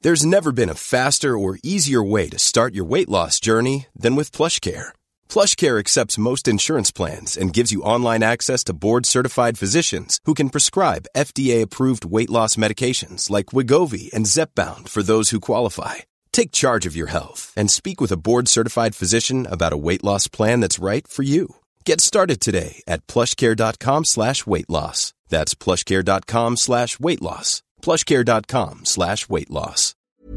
There's never been a faster or easier way to start your weight loss journey than with PlushCare. PlushCare accepts most insurance plans and gives you online access to board-certified physicians who can prescribe FDA-approved weight loss medications like Wegovy and Zepbound for those who qualify. Take charge of your health and speak with a board-certified physician about a weight loss plan that's right for you. Get started today at plushcare.com/weight-loss. That's plushcare.com/weight-loss. plushcare.com/weight-loss.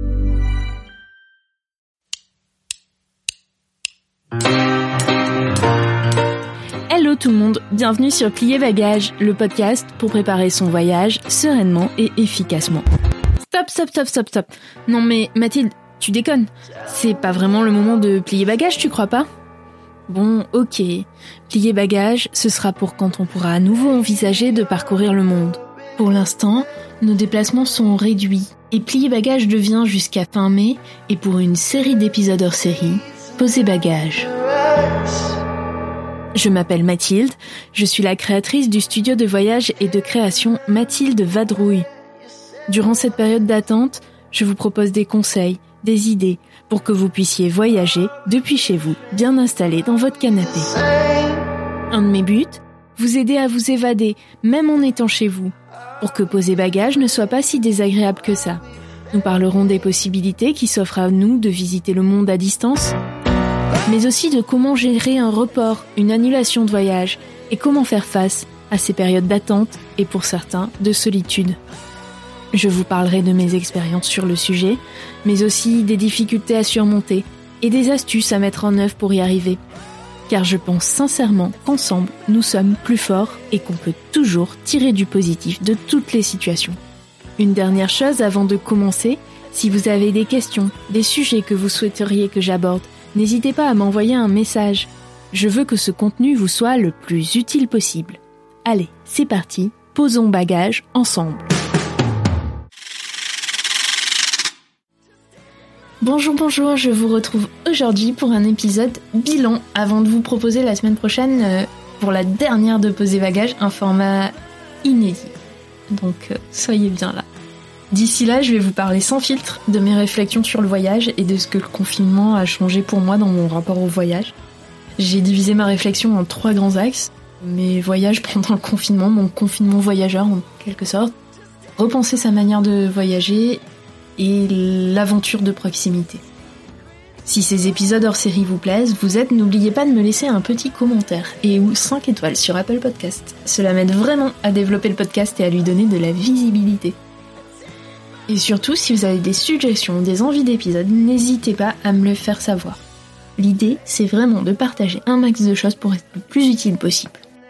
Hello tout le monde, bienvenue sur Plier Bagages, le podcast pour préparer son voyage sereinement et efficacement. Stop. Non mais Mathilde, tu déconnes. C'est pas vraiment le moment de plier bagages, tu crois pas ? Bon, ok. Plier bagages, ce sera pour quand on pourra à nouveau envisager de parcourir le monde. Pour l'instant, nos déplacements sont réduits et plier bagages devient jusqu'à fin mai et pour une série d'épisodes hors série, poser bagages. Je m'appelle Mathilde, je suis la créatrice du studio de voyage et de création Mathilde Vadrouille. Durant cette période d'attente, je vous propose des conseils, des idées pour que vous puissiez voyager depuis chez vous, bien installé dans votre canapé. Un de mes buts, vous aider à vous évader, même en étant chez vous, pour que poser bagages ne soit pas si désagréable que ça. Nous parlerons des possibilités qui s'offrent à nous de visiter le monde à distance, mais aussi de comment gérer un report, une annulation de voyage, et comment faire face à ces périodes d'attente et pour certains de solitude. Je vous parlerai de mes expériences sur le sujet, mais aussi des difficultés à surmonter et des astuces à mettre en œuvre pour y arriver. Car je pense sincèrement qu'ensemble, nous sommes plus forts et qu'on peut toujours tirer du positif de toutes les situations. Une dernière chose avant de commencer, si vous avez des questions, des sujets que vous souhaiteriez que j'aborde, n'hésitez pas à m'envoyer un message. Je veux que ce contenu vous soit le plus utile possible. Allez, c'est parti, posons bagages ensemble. Bonjour, je vous retrouve aujourd'hui pour un épisode bilan avant de vous proposer la semaine prochaine, pour la dernière de Poser Bagages, un format inédit. Donc soyez bien là. D'ici là, je vais vous parler sans filtre de mes réflexions sur le voyage et de ce que le confinement a changé pour moi dans mon rapport au voyage. J'ai divisé ma réflexion en 3 grands axes. Mes voyages pendant le confinement, mon confinement voyageur en quelque sorte. Repenser sa manière de voyager et l'aventure de proximité. Si ces épisodes hors série vous plaisent, n'oubliez pas de me laisser un petit commentaire et ou 5 étoiles sur Apple Podcast. Cela m'aide vraiment à développer le podcast et à lui donner de la visibilité. Et surtout, si vous avez des suggestions, des envies d'épisodes, n'hésitez pas à me le faire savoir. L'idée, c'est vraiment de partager un max de choses pour être le plus utile possible.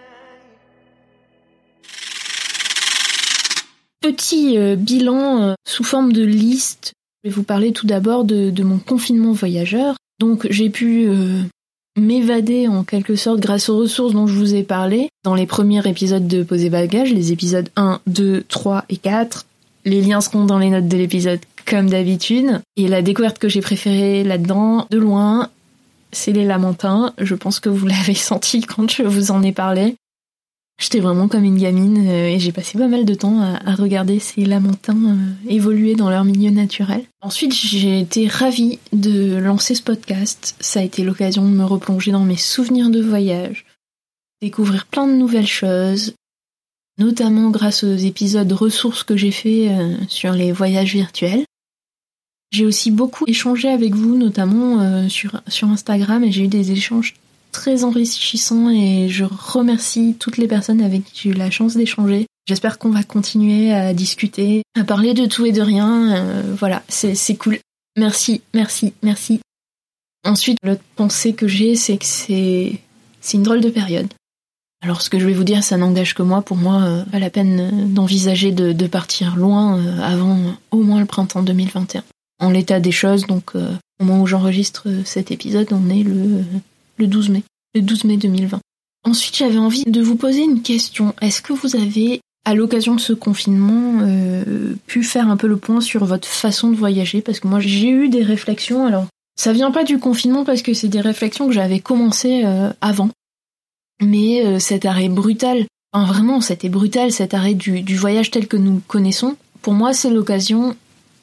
Petit bilan sous forme de liste. Je vais vous parler tout d'abord de mon confinement voyageur. Donc j'ai pu m'évader en quelque sorte grâce aux ressources dont je vous ai parlé dans les premiers épisodes de Poser Bagages, les épisodes 1, 2, 3 et 4. Les liens seront dans les notes de l'épisode comme d'habitude. Et la découverte que j'ai préférée là-dedans, de loin, c'est les Lamentins. Je pense que vous l'avez senti quand je vous en ai parlé. J'étais vraiment comme une gamine et j'ai passé pas mal de temps à regarder ces Lamentins évoluer dans leur milieu naturel. Ensuite, j'ai été ravie de lancer ce podcast. Ça a été l'occasion de me replonger dans mes souvenirs de voyage, découvrir plein de nouvelles choses, notamment grâce aux épisodes ressources que j'ai fait sur les voyages virtuels. J'ai aussi beaucoup échangé avec vous, notamment sur Instagram, et j'ai eu des échanges très enrichissant et je remercie toutes les personnes avec qui j'ai eu la chance d'échanger. J'espère qu'on va continuer à discuter, à parler de tout et de rien. Voilà, c'est cool. Merci. Ensuite, l'autre pensée que j'ai, c'est que c'est une drôle de période. Alors ce que je vais vous dire, ça n'engage que moi. Pour moi, pas la peine d'envisager de partir loin avant au moins le printemps 2021. En l'état des choses, donc au moment où j'enregistre cet épisode, on est le 12 mai 2020. Ensuite, j'avais envie de vous poser une question. Est-ce que vous avez, à l'occasion de ce confinement, pu faire un peu le point sur votre façon de voyager ? Parce que moi, j'ai eu des réflexions. Alors, ça vient pas du confinement parce que c'est des réflexions que j'avais commencées avant. Mais cet arrêt brutal, vraiment, c'était brutal, cet arrêt du voyage tel que nous le connaissons. Pour moi, c'est l'occasion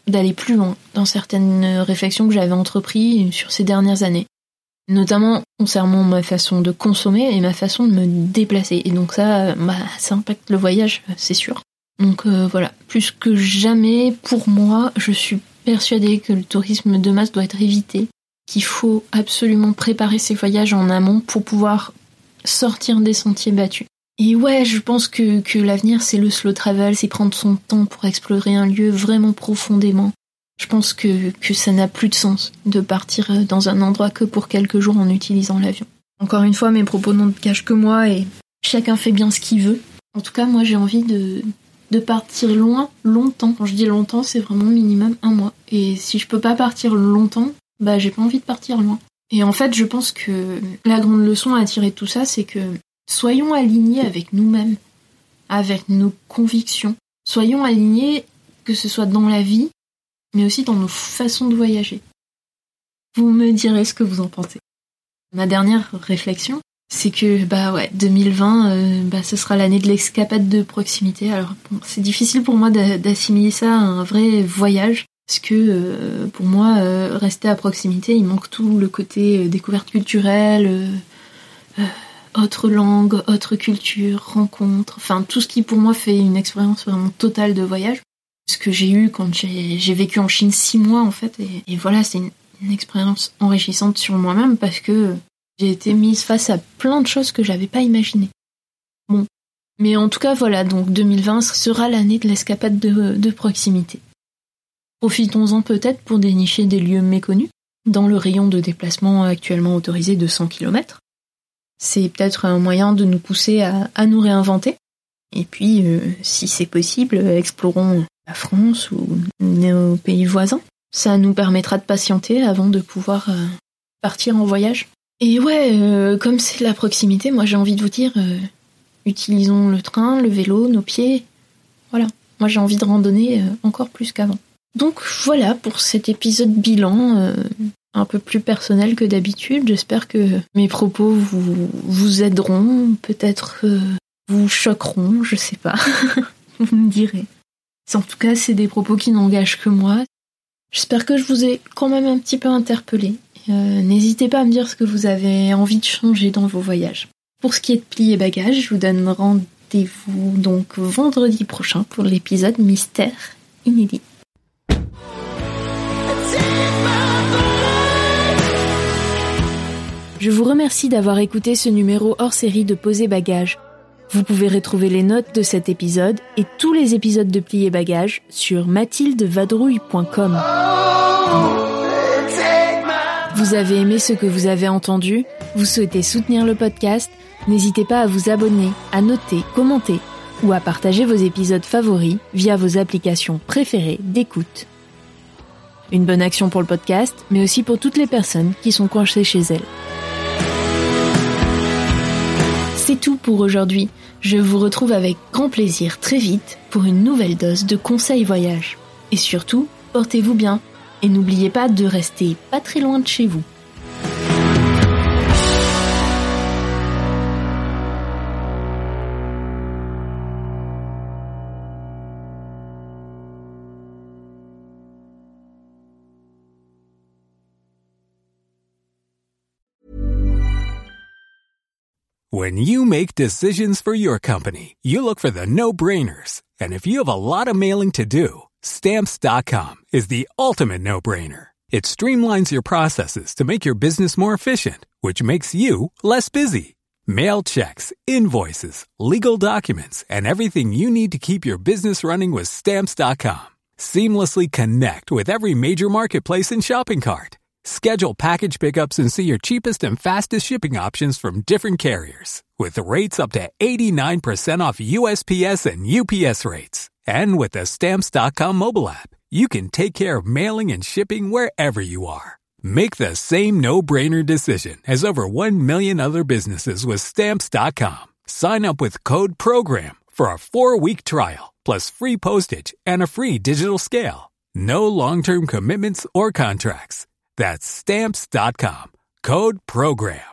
d'aller plus loin dans certaines réflexions que j'avais entreprises sur ces dernières années. Notamment concernant ma façon de consommer et ma façon de me déplacer. Et donc ça impacte le voyage, c'est sûr. Donc voilà, plus que jamais, pour moi, je suis persuadée que le tourisme de masse doit être évité, qu'il faut absolument préparer ses voyages en amont pour pouvoir sortir des sentiers battus. Et ouais, je pense que l'avenir, c'est le slow travel, c'est prendre son temps pour explorer un lieu vraiment profondément. Je pense que ça n'a plus de sens de partir dans un endroit que pour quelques jours en utilisant l'avion. Encore une fois, mes propos n'ont de cache que moi et chacun fait bien ce qu'il veut. En tout cas, moi, j'ai envie de partir loin, longtemps. Quand je dis longtemps, c'est vraiment minimum 1 mois. Et si je peux pas partir longtemps, j'ai pas envie de partir loin. Et en fait, je pense que la grande leçon à tirer de tout ça, c'est que soyons alignés avec nous-mêmes, avec nos convictions. Soyons alignés, que ce soit dans la vie, mais aussi dans nos façons de voyager. Vous me direz ce que vous en pensez. Ma dernière réflexion, c'est que 2020, ce sera l'année de l'escapade de proximité. Alors c'est difficile pour moi d'assimiler ça à un vrai voyage, parce que pour moi, rester à proximité, il manque tout le côté découverte culturelle, autre langue, autre culture, rencontre, enfin tout ce qui pour moi fait une expérience vraiment totale de voyage. Ce que j'ai eu quand j'ai vécu en Chine 6 mois en fait, et voilà, c'est une expérience enrichissante sur moi-même parce que j'ai été mise face à plein de choses que j'avais pas imaginées. Bon, mais en tout cas voilà, donc 2020 sera l'année de l'escapade de proximité. Profitons-en peut-être pour dénicher des lieux méconnus, dans le rayon de déplacement actuellement autorisé de 100 km. C'est peut-être un moyen de nous pousser à nous réinventer. Et puis, si c'est possible, explorons la France ou nos pays voisins. Ça nous permettra de patienter avant de pouvoir partir en voyage. Et ouais, comme c'est la proximité, moi j'ai envie de vous dire, utilisons le train, le vélo, nos pieds. Voilà, moi j'ai envie de randonner encore plus qu'avant. Donc voilà pour cet épisode bilan, un peu plus personnel que d'habitude. J'espère que mes propos vous aideront, peut-être vous choqueront, je sais pas. Vous me direz. En tout cas, c'est des propos qui n'engagent que moi. J'espère que je vous ai quand même un petit peu interpellé. N'hésitez pas à me dire ce que vous avez envie de changer dans vos voyages. Pour ce qui est de plier bagages, je vous donne rendez-vous donc vendredi prochain pour l'épisode Mystère inédit. Je vous remercie d'avoir écouté ce numéro hors série de Poser Bagages. Vous pouvez retrouver les notes de cet épisode et tous les épisodes de Plier Bagages sur mathildevadrouille.com. Vous avez aimé ce que vous avez entendu? Vous souhaitez soutenir le podcast? N'hésitez pas à vous abonner, à noter, commenter ou à partager vos épisodes favoris via vos applications préférées d'écoute. Une bonne action pour le podcast, mais aussi pour toutes les personnes qui sont coincées chez elles. C'est tout pour aujourd'hui. Je vous retrouve avec grand plaisir très vite pour une nouvelle dose de conseils voyage. Et surtout, portez-vous bien et n'oubliez pas de rester pas très loin de chez vous. When you make decisions for your company, you look for the no-brainers. And if you have a lot of mailing to do, Stamps.com is the ultimate no-brainer. It streamlines your processes to make your business more efficient, which makes you less busy. Mail checks, invoices, legal documents, and everything you need to keep your business running with Stamps.com. Seamlessly connect with every major marketplace and shopping cart. Schedule package pickups and see your cheapest and fastest shipping options from different carriers. With rates up to 89% off USPS and UPS rates. And with the Stamps.com mobile app, you can take care of mailing and shipping wherever you are. Make the same no-brainer decision as over 1 million other businesses with Stamps.com. Sign up with code PROGRAM for a 4-week trial, plus free postage and a free digital scale. No long-term commitments or contracts. That's Stamps.com. Code PROGRAM.